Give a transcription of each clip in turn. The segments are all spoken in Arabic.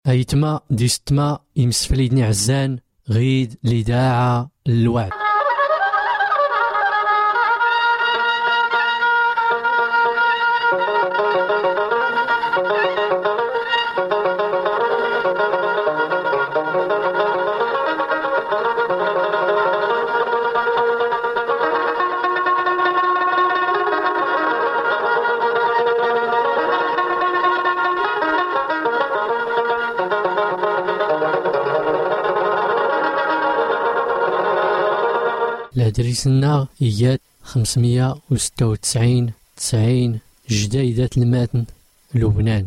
أيتما ديستما يمسفليدني عزان غيد لداعة الوعد. الهدريسنا هي 596 90 جديدة الماتن لبنان.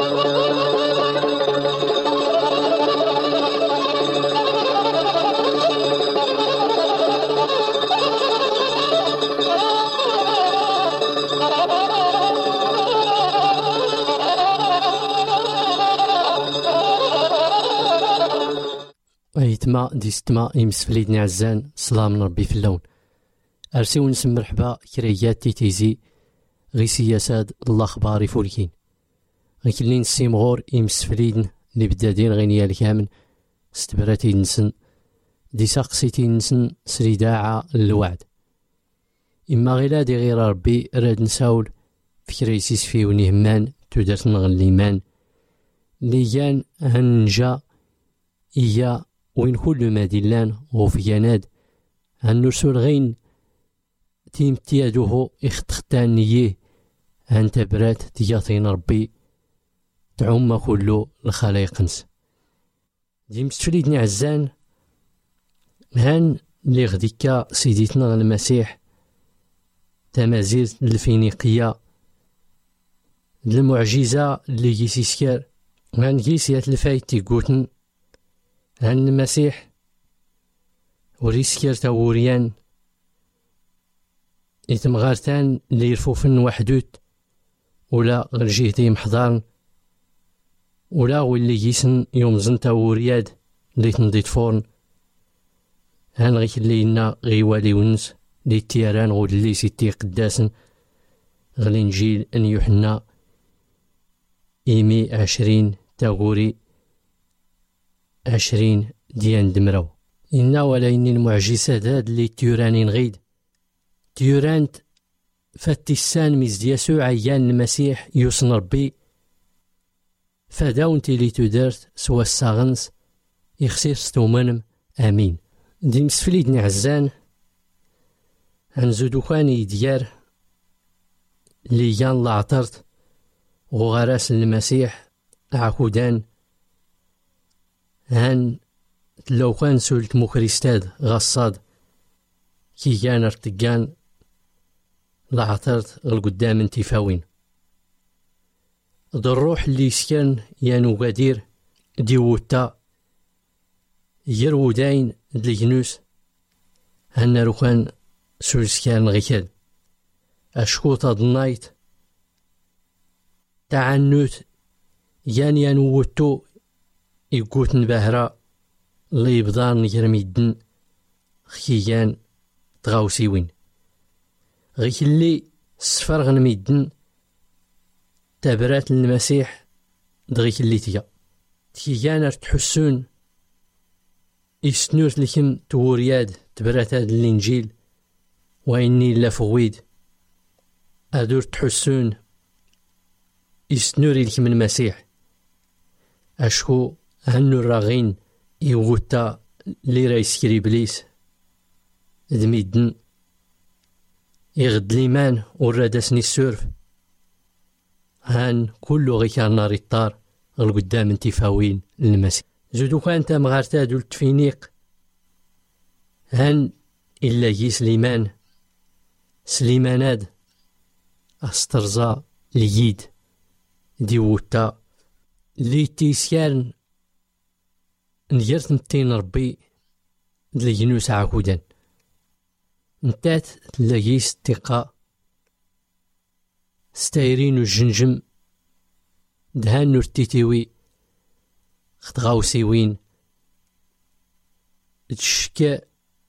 أيتما ديستما يمسفليدني عزان سلام ربي في اللون. أرسي ونسم مرحبا كريات تيتيزي غي سياسات الأخبار فولكين غيكلين السيمغور يمسفليدن اللي بدادين غينيا الكامن استبراتي نسن دي ساقسيتي نسن سريداعة الوعد. إما غيلا دي غير ربي راد نساول فكريسيس في ونهمان تودرت نغليمان اللي كان هنجا إيا وين كل ما دلان غوفياناد هنرسول غين تيمتيادوه اختختانيه هانت برات تياطين ربي تعم كله الخلايقنس دي مستفليدني عزان هان اللي غديكا سيديتنا المسيح تمازيل الفينيقية المعجزة اللي جيسيسكار هان جيسيات الفايت تيقوتن هان المسيح وريسكير تاوريان يتمغارتان اللي يرفوفن وحدوت ولا غير جهتي محضارن ولا واللي يسن يومزن تاورياد اللي تنضيت فورن هان غيك اللي ينا غيوالي ونس لي تيران غود اللي سيتي قداسن غالينجيل ان يوحنا 20 تاغوري 20 ديان دمرو إنا ولا إني المعجزات هاد اللي تيورانين غيد تيورانت فاتسان ميز يسوع عيان المسيح يوصن ربي فداونتي لي تدرت سوا الساغنس يخسير ستومنم آمين. دي مسفليدني عزان هنزودو كاني ديار لي يان لعطرت وغراس المسيح عكودان هان لو كان سولت مكريستاد غصاد كي كان ارتقان لعطرت القدام انتفاوين دو الروح اللي يسكن يانو قدير ديوتا يرو داين دليجنوس هانا لو كان سولسكان غيكال اشكوطا دنايت تعنوت يانو وطو يقوتن باهرا اللي يبضان يرميدن خيان تغاوسيوين غيك اللي سفرغن ميدن تابرات المسيح دغيك اللي تيا تيجانا تحسون يسنور لكم تورياد تبرات هاد الانجيل وإني لا فويد أدور تحسون يسنور لكم المسيح أشكو هنو الراغين يغوتا لي رايسكري إبليس دميدن يغد ليمان ورادسني السورف هان كله غيكار نار الطار القدام انتفاوين للمسيح زودو كانت مغارتا دول تفينيق هان إلا يي سليماناد أسترزا ليد ديوتا لي تيسيارن نجرت نتين ربي دلي جنوس عاكودان نتات تلاقيس استقاء ستايرين الجنجم دهان نورتيتيوي خطغاوسيوين تشكا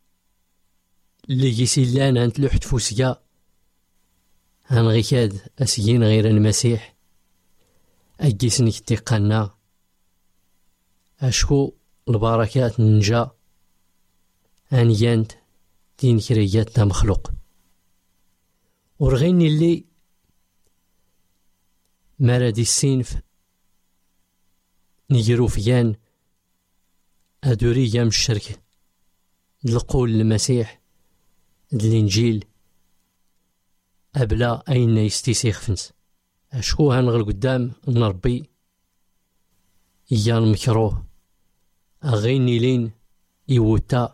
اللي يسيلان هانت لوحت فوسيا هان غيكاد أسيين غير المسيح أجيسنك تيقانا أشكو البركات ننجا أنيانت دين كريات دا مخلوق ورغيني اللي مرادي السينف نجرو فيان أدوري يام الشركة القول المسيح الإنجيل أبلا أين يستيسيخ فنس أشكو هنغل قدام نربي إيان مكروه أغيني لين إيوتا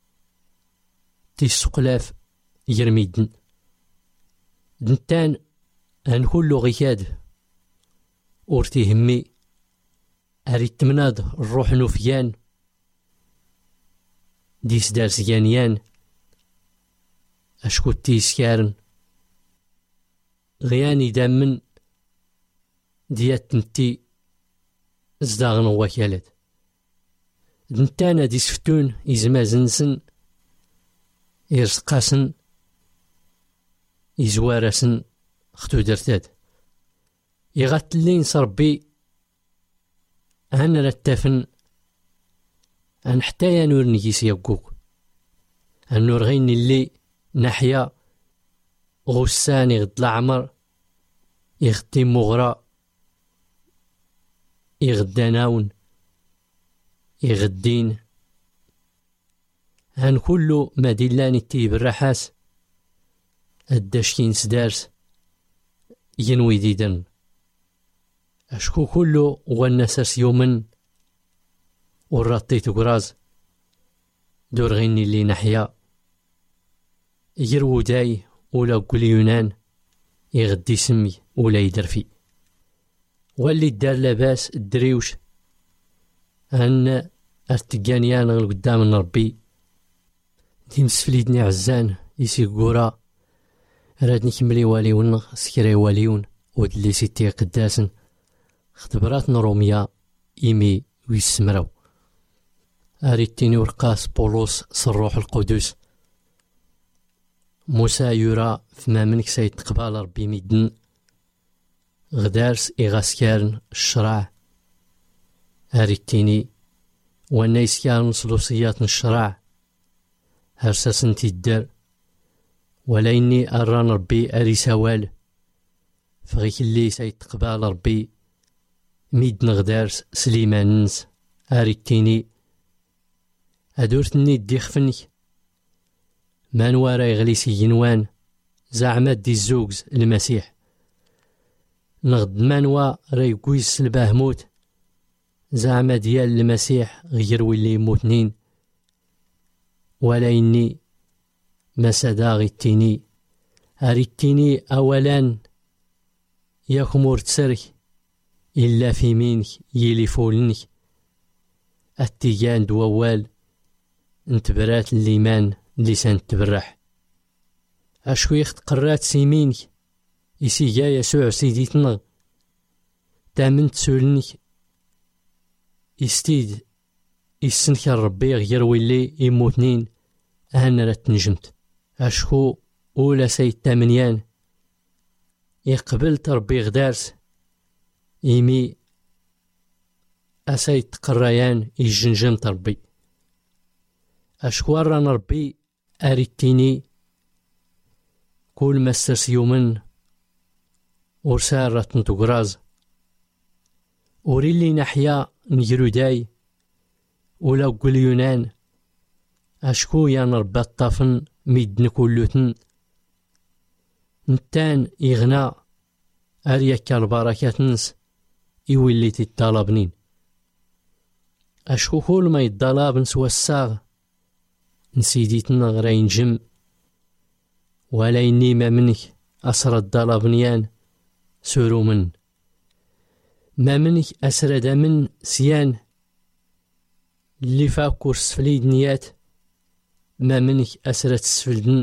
تيسقلاف يرميدن دنتان هنكولو غياد أورتي همي أريد تمناد الروح نوفيان ديس دارس يانيان أشكو تيسكارن غياني دامن ديات نتي ازداغن وكالات دنتانا ديس فتون إزمازنسن إرسقاسن إزوارسن ختو درتاد يغتلين صربي أنا رتافن أن حتى ينور نجيس يبقوك النور غين اللي نحيا غسان يغد العمر يغدي مغرى يغداناون يغدين هن كله ما دلاني تيب الرحاس الدشكين سدارس ينوي ديدن أشكو كله والنساس يومن ورطيت قراز دور غيني اللي نحيا يرو داي ولا قولي يونان يغدي سمي ولا يدرفي واللي دار لاباس الدريوش أن أرتقانيان غل قدام ربي تيمس فليدني عزان يسي قورا رادني كملي واليون سكري واليون ودلي سيتي قداسن اختبرات نروميا إيمي ويسمرو أريتيني ورقاس بولوس صروح القدس موسى يرى فما منك سيتقبال ربي ميدن غدارس إغاسكارن الشرع أريتيني وانا يسكارن سلوسيات الشرع هرساسن تيدر ولا إني أران ربي أري سوال فغيك اللي سيتقبال ربي ميدن غدارس سليمان نس أريتيني أدورتني ديخفنك ما نوارا يغليسي ينوان زعما دي الزوجز المسيح نغد مانوا راي كويس الباهموت زعما ديال المسيح غير واللي يموتنين ولا إني ما سدا غيتيني أريتيني أولا يخمر تسرك إلا في مينك يلي فولنك التيجان دووال انتبرات الليمان لسان تبرح أشويخ تقرات سيمينك إسيجا يسوع سيدي تنغ تامن تسولنك إستيد إسنك ربي غير ويلي يموتنين أهنا رات نجمت أشكو أولا سيد تامنيان يقبلت ربي غدارس إيمي أسيد تقريان يجنجمت ربي أشكو ران ربي أريتيني كل ما استرس يومن ورسارة نتقراز وريلي نحيا نجرو داي ولا قول يونان أشكو يا نربى الطافن ميدن كلوتن نتان يغنى أريك البركات نس يولي تطالبنين أشكو كل ما يطالب نسوى الساغ نسيديتنا غراين جم ولا إني ما منك أسرى الضلابنيان سورو من ما منك أسرد من سيان اللي فاكور سفليد نيات ما منك أسرد سفلدن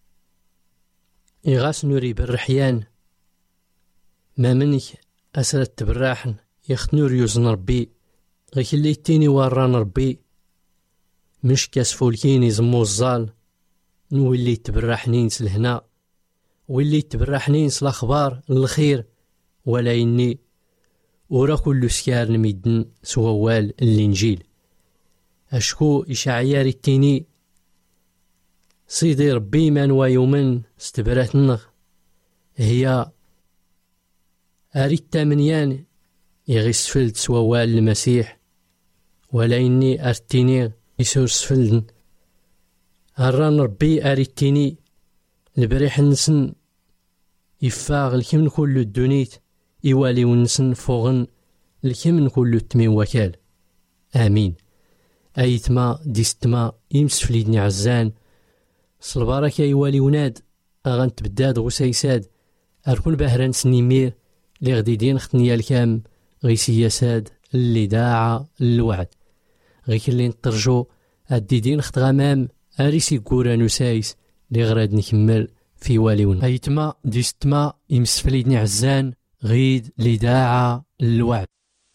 إغاس نوري بالرحيان ما منك أسرد تبراحن يختنور يوزن ربي غيك اللي تيني وران ربي مش كاس فولكيني زمو الزال نولي تبرحنين سلهنا واللي تبرحنين سلاخبار الخير ولا إني ورا كل سكار نميدن سووال الإنجيل. أشكو إشعيا ريتيني سيدي ربي من ويومن استبرات النغ هي أريد تامنيان يغسفلت سووال المسيح ولا إني أرتيني يسور سفلدن أران ربي أريتيني البريح نسن يفاغ الكمن كل الدنيت إيوالي ونسن فوغن الكمن كل التمين وكال. آمين. أيتما ديستما يمسفليدني عزان صلبارك إيوالي وناد أغان تبداد غسيساد أركون بهران سنيمير لي غدي دين ختنيا الكام غي سياساد اللي داعا الوعد غي كلي نطرجو أدي دين خت غمام أريسي كورا نسايس لي غراد نكمل في واليون. أيتما ديستما يمسفليدني عزان غيد لي داعا الوعد.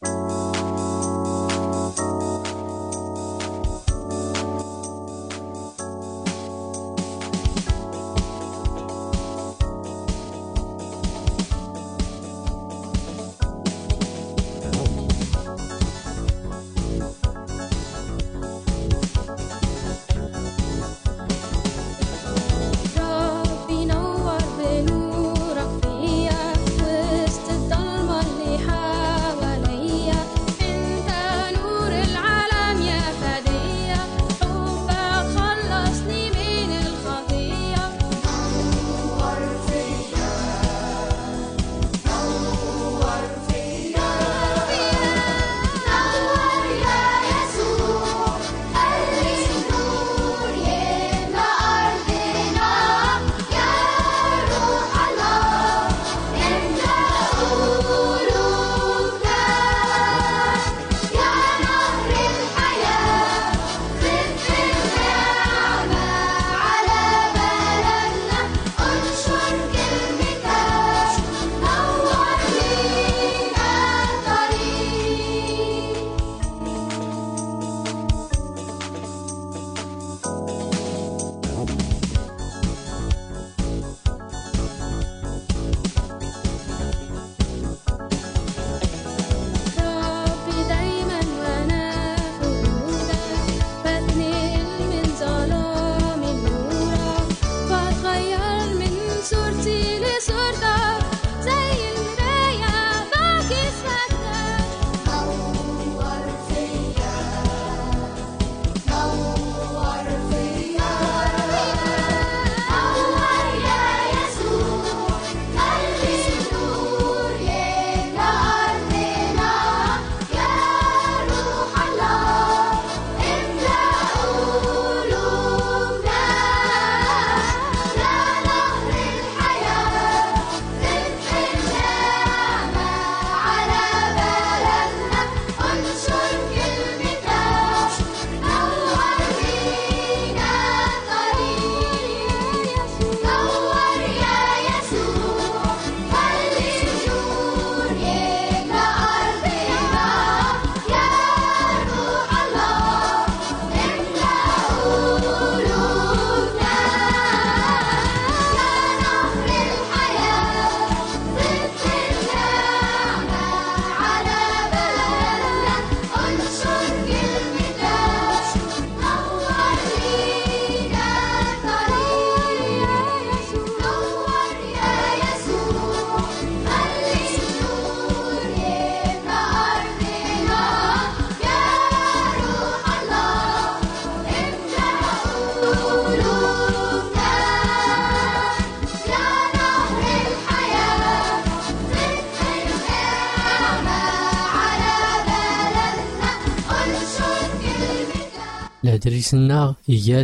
الهدريسنا إيات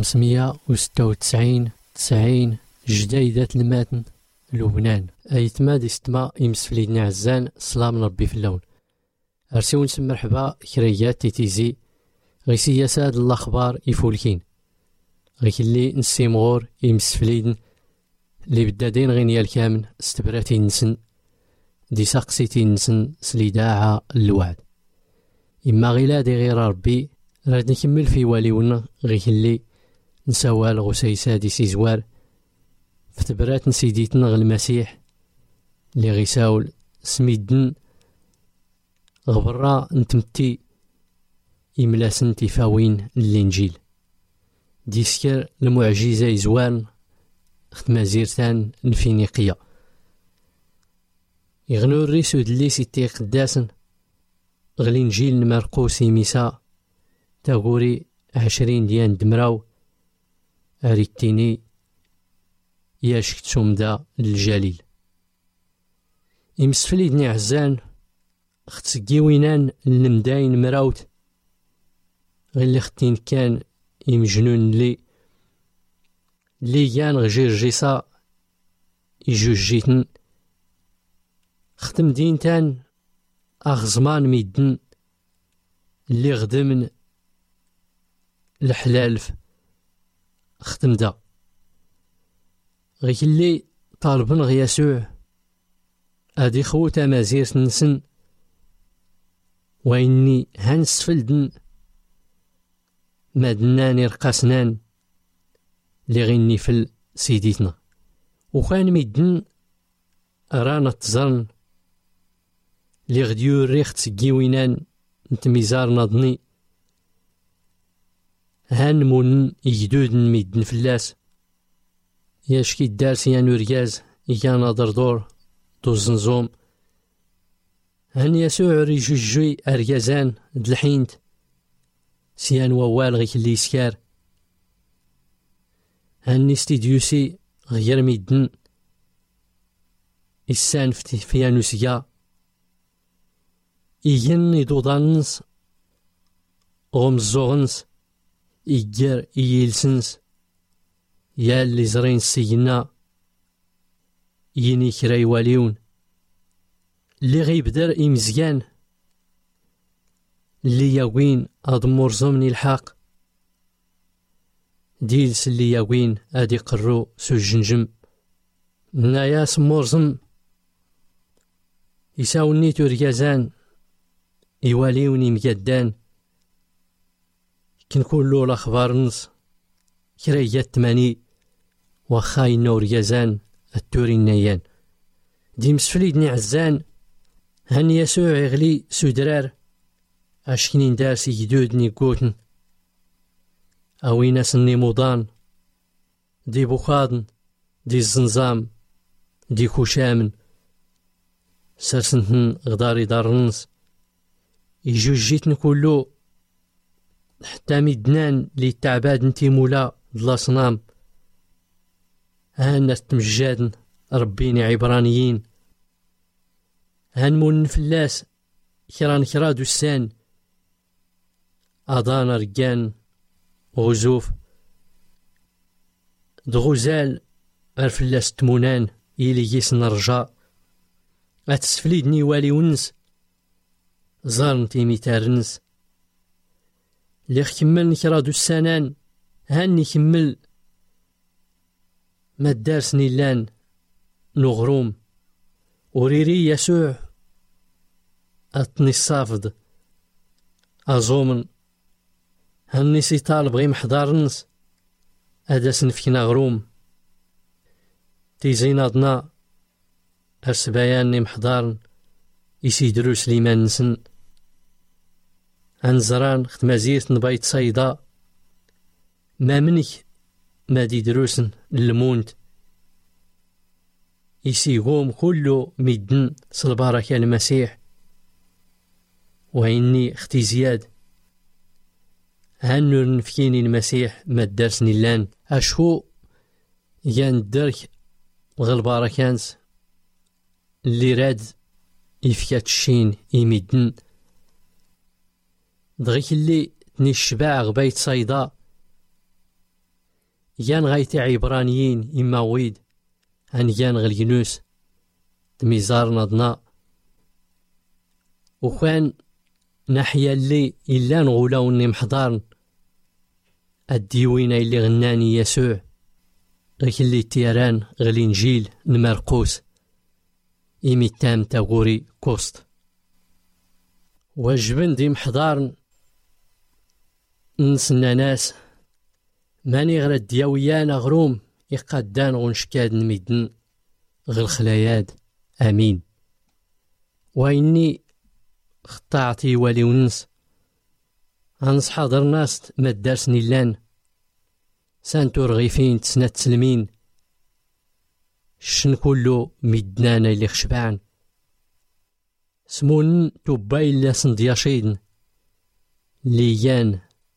596 90 جديدة الماتن لبنان. أيتما ديستما يمسفليدني عزان سلام ربي في اللون. أرسيون سم مرحبا كريات تيتيزي غي سياسات الأخبار يفولكين غي كلي نسيمغور يمسفليدن اللي بدادين غينيا الكامن استبراتي نسن دي ساقسيتي نسن سليداعا الوعد. إما غيلا دي غير ربي راد نكمل في واليونا غي كلي نسوال غسيسا دي سيزوار فتبرات نسيديتنا غ المسيح اللي غيساول سميدن غبرا نتمتي إملاسن تفاوين الإنجيل ديسكر المعجزة يزوان ختما زيرتان الفينيقية يغنو الريسو دلي سيتي قداسن غلي نجيل مرقوس ميسا تاغوري 20 ديان دمراو أريتيني ياشكتسوم دا الجليل إمسفلي دني عزان ختسقيوينان المداين مراوت غير ختين كان يمجنون لي يان غجير جيسا يجوج جيتن ختم دينتان أغزمان ميدن اللي غدمن الحلالف ختم دا غير اللي طالبن غياسوع ادي خوتا مازير نسن وإني هنس فلدن مادناني رقاسنان لي غيني فل سيديتنا وخان ميدن رانا تزرن لي غديو ريخ تسقيوينان نتميزار ناضني هان مون يجدودن ميدن فلاس ياشكي الدارس يا نورياز يا ناظر دور دو الزنزوم هان يسوع ريجوجي أريازان دلحينت سيان ووال غيك اللي يسكار هان نستيديوسي غير ميدن إسان فيانوسيا إيجن يدودانس غمزوغنس إيجر إيلسنس يا اللي زرين سينا يني كراي واليون اللي غيبدر إمزيان اللي ياوين أضمور زمني الحق ديلس اللي ياوين أدي قرو سجنجم نايا سمورزم يساوني توريازان يواليوني مجدان كنقولو الأخبار نص كريات تماني وخاي نور يزان التوري النيان دي مسفليدني عزان هن يسوع يغلي سودرار أشكنين دارسي يدودني قوتن أوينا سني موضان دي بوخادن دي الزنزام دي خوشامن سرسنتن غداري دارنس يجوجيتن كلو حتى ميدنان لي تعباد نتي مولا دلا صنام هان تمجادن ربيني عبرانيين هان مون فلاس كران كرا دوسان أضانا رجان غزوف دغوزال الفلاس تمونان إلي يسن رجاء أتسفليدني والي ونس زارن تيمي تارنس اللي كمل كرا دوسانان هاني كمل ما دارسني لان نغروم وريري يسوع أطني الصافد أزومن هاني سي طالب غي محضارنس أداسن فينا غروم تيزيناضنا أرسباياني محضارن يسيدرو سليمان نسن أنزران ختمازيرت نبايت صيدا ما منك ما دي دروسن المونت يسيقوم كله ميدن صلبارك المسيح وإني اختي زياد هنور نفكيني المسيح ما دارسني لان أشهو يان درك غالباركانس اللي راد يفكات الشين يميدن دغيك اللي تنشبع غبايت صيدا يان غايتي عبرانيين إما ويد هان يان غالينوس تميزار نضنا وكان ناحية اللي إلا نغولاوني محضارن الديوين اللي غناني يسوع غيك اللي تيران غلي نجيل نمرقوس إيمي تام تاغوري كوست واجبن دي محضارن نسنا ناس ماني غير الدياويان غروم يقادان غنشكاد نميدن غير الخلاياد امين واني خطاعتي والي ونس غنص حاضر ناس ما دارسني لان سانتو رغيفين تسنات تسلمين الشن كله مدنانا اللي خشبعن سمون توباي اللي صندياشيدن ليان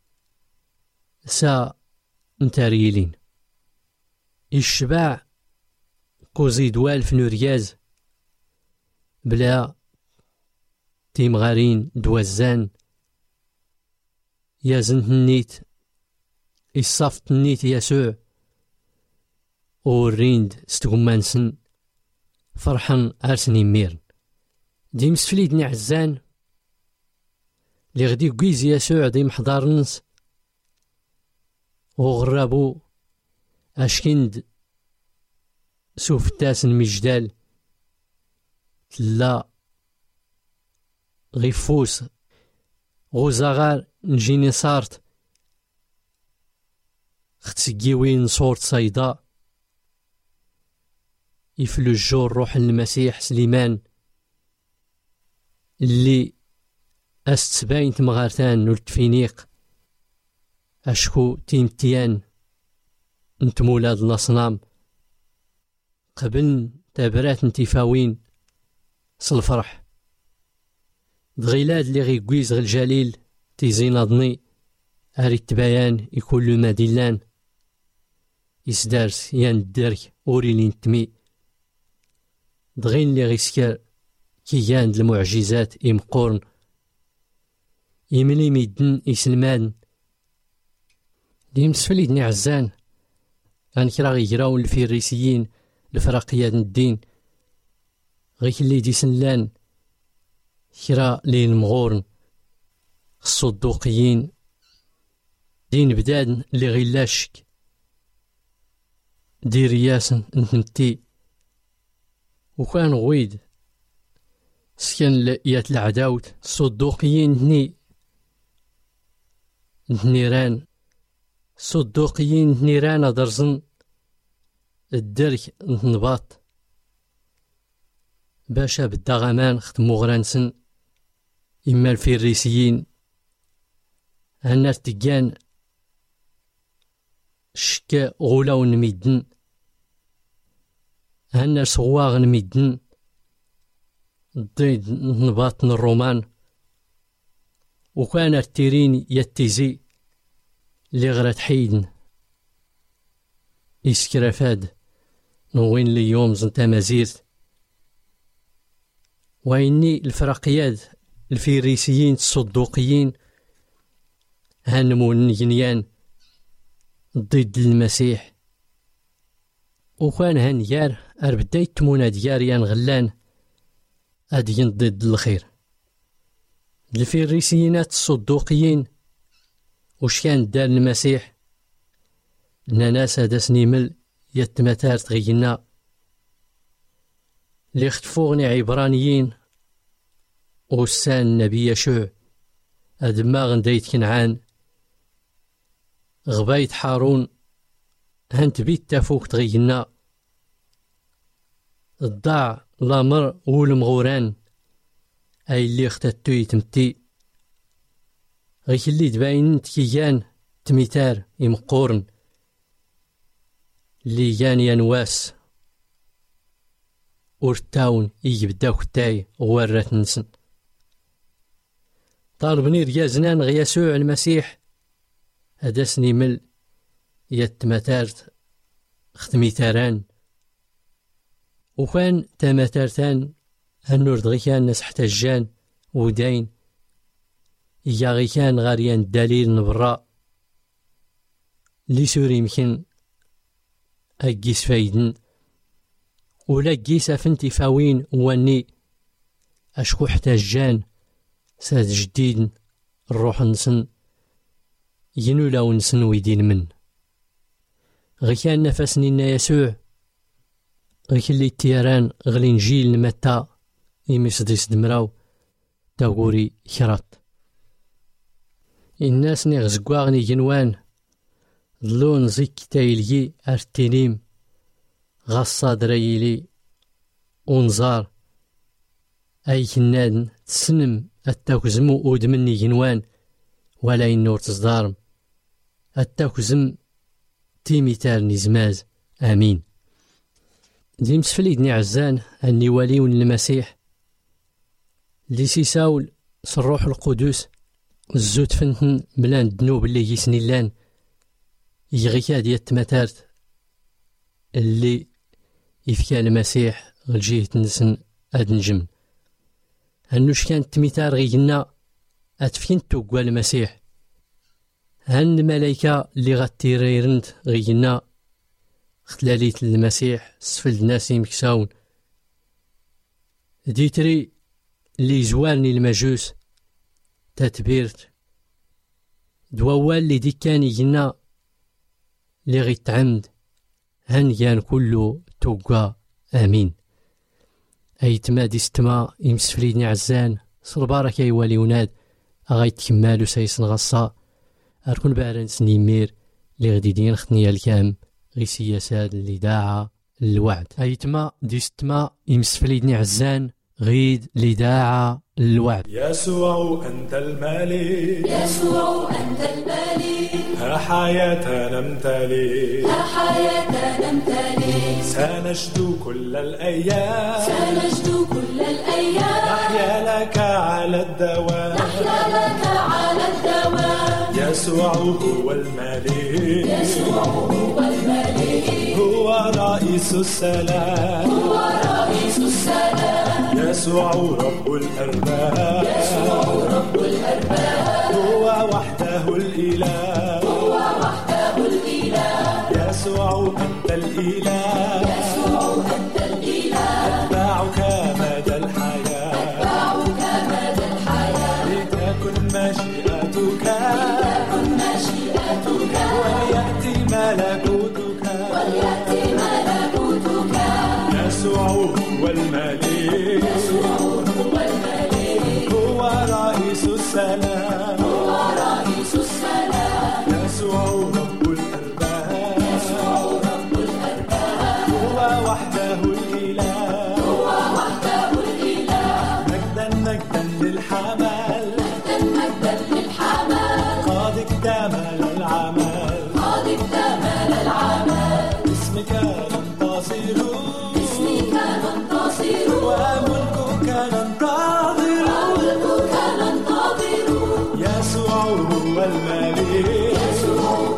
سا نتاريلين الشباع كوزي دوال في نورياز بلا تيمغارين دوازان يازن النيت الصفت النيت يسوع وريند ستغمانسن فرحان ارسني ميرن ديم سفليدني عزان لي غدي كويز يسوع ديم حضارنس وغرابو اشكند سوف تاسن مجدال تلا غيفوس غوزاغار نجيني صارت ختسقيوين صورت صيدا يفلو الجور روح المسيح سليمان اللي استباين تمغارتان نولتفينيق اشكو تيمتيان نتمولاد الاصنام قبل تابرات نتيفاوين صالفرح دغيلاد اللي غيكويز غير الجليل تيزين اضني هاري التبايان يكون ما ديلان يسدارس يان الدرك اوريلين تمي دغين اللي غيسكر كيان المعجزات يمقورن يملي ميدن يسلمان ديم سفليدني عزان غنكرا غيجراون الفريسيين الفرقيات الدين غيك اللي دي سنلان كرا لين مغورن الصدوقيين دين بدادن اللي غيلاشك دير ياسن نتمتي وكان غويد سكن يات العداوت الصدوقيين نيران الصدوقيين نيران درزن الدرك نباط باشا بالدغمان ختمو غرانسن إما الفريسيين هناس تجان شكا غولاو نميدن هناس غواغ نميدن ضيد نباطن الرومان وكان التيرين يتيزي اللي غرات حيدن إسكرافاد نوين لي يوم زنتا مزيرت وإني الفرقيات الفريسيين الصدوقيين هنمون نجنيان ضد المسيح وكان هنيار أربدايت تمونا دياريان غلان أدين ضد الخير الفريسيينات الصدوقيين وش كان دار المسيح لنا ناس هذا سنيمل يتمتار تغينا اللي اختفوغني عبرانيين وسان النبي يشوع أدماغ ندايت كنعان غبايت حارون هانت بيت تافوك تغينا الضاع لامر والمغوران أي اللي اختتو يتمتي غيك اللي تباين تكيان تميتار يمقورن اللي يان ينواس ورتاون يجبداو كتاي غوارات نسن طالبني ريازنان غيسوع المسيح هذا سنيمل يتمتارت ختميتاران وكان تماتارتان هنور دغيكان ناس حتاجان وداين إيا غيكان غاريان الدليل نبرا لي سوري يمكن أجيس فايدن ولا جيس أفنتي فاوين واني أشكو حتاجان ساد جديد الروح نسن ينو لاو نسن ويدين من غيكان نفسني يسوع غيك اللي التيران غلي نجيل نمتا يمسديس دمراو تاغوري كرات الناس نغزقواغني جنوان ظلون زيك تايلي ارتينيم غصا درايلي ونزار أي كناد تسنم التاكزم ودمني جنوان ولا النور تصدارم التاكزم تيميتار نزماز آمين. ديم سفليدني عزان أني ولي المسيح اللي سيساول الروح القدس الزوت فنتن ملان الذنوب اللي يسني لان يغيكا ديال التماتارت اللي يفكا المسيح الجيه تنسن هاد نجم هنوش كان التميتار غيقلنا اتفين توقوا المسيح هن الملايكة اللي غتيريرنت غيقلنا اختلاليت المسيح سفل الناس مكساون ديتري اللي زوارني المجوس تتبيرت دواوال اللي دي كان يجينا اللي غيتعمد هنيان كله توقع آمين. أيتما ديستما يمسفليني عزان صربارك يوالي وناد أغايتكمالو سايسن غصا أركون بارن سنيمير اللي غديدين خطنيا الكام غي سياسات اللي داعا الوعد. أيتما ديستما يمسفليني عزان غيد لداعا الوعد. يسوع أنت الملك، يسوع أنت الملك، ها حياتنا امتلك، ها حياتنا امتلك، سنجد كل الأيام، سنجد كل الأيام، نحيا لك على الدوام، نحيا لك على الدوام. يسوع هو الملك، يسوع هو الملك، هو رئيس السلام، هو رئيس السلام. يسوع رب الأرباب، يسوع رب الأرباب، هو وحده الإله، هو وحده الإله. يسوع أنت الإله، يسوع أنت الإله، أتبعك مدى الحياة، أتبعك مدى الحياة. لتكن مشيئتك، لتكن مشيئتك، وليأتي ملكوتك، وليأتي ملكوتك. يسوع هو الملك، يسوع هو الملك، هو رئيس السلام، هو رئيس السلام. يسوع رب الأرباب، يسوع رب الأرباب، هو وحده الإله، هو وحده الإله. مجدا مجدا للحمل، مجدا مجدا للحمل، قد اكتمل العمل، قد اكتمل العمل. اسمك ننتصر، باسمك ننتصر، وملكك ننتظر، وملكك ننتظر. يسوع هو الملك، يسوع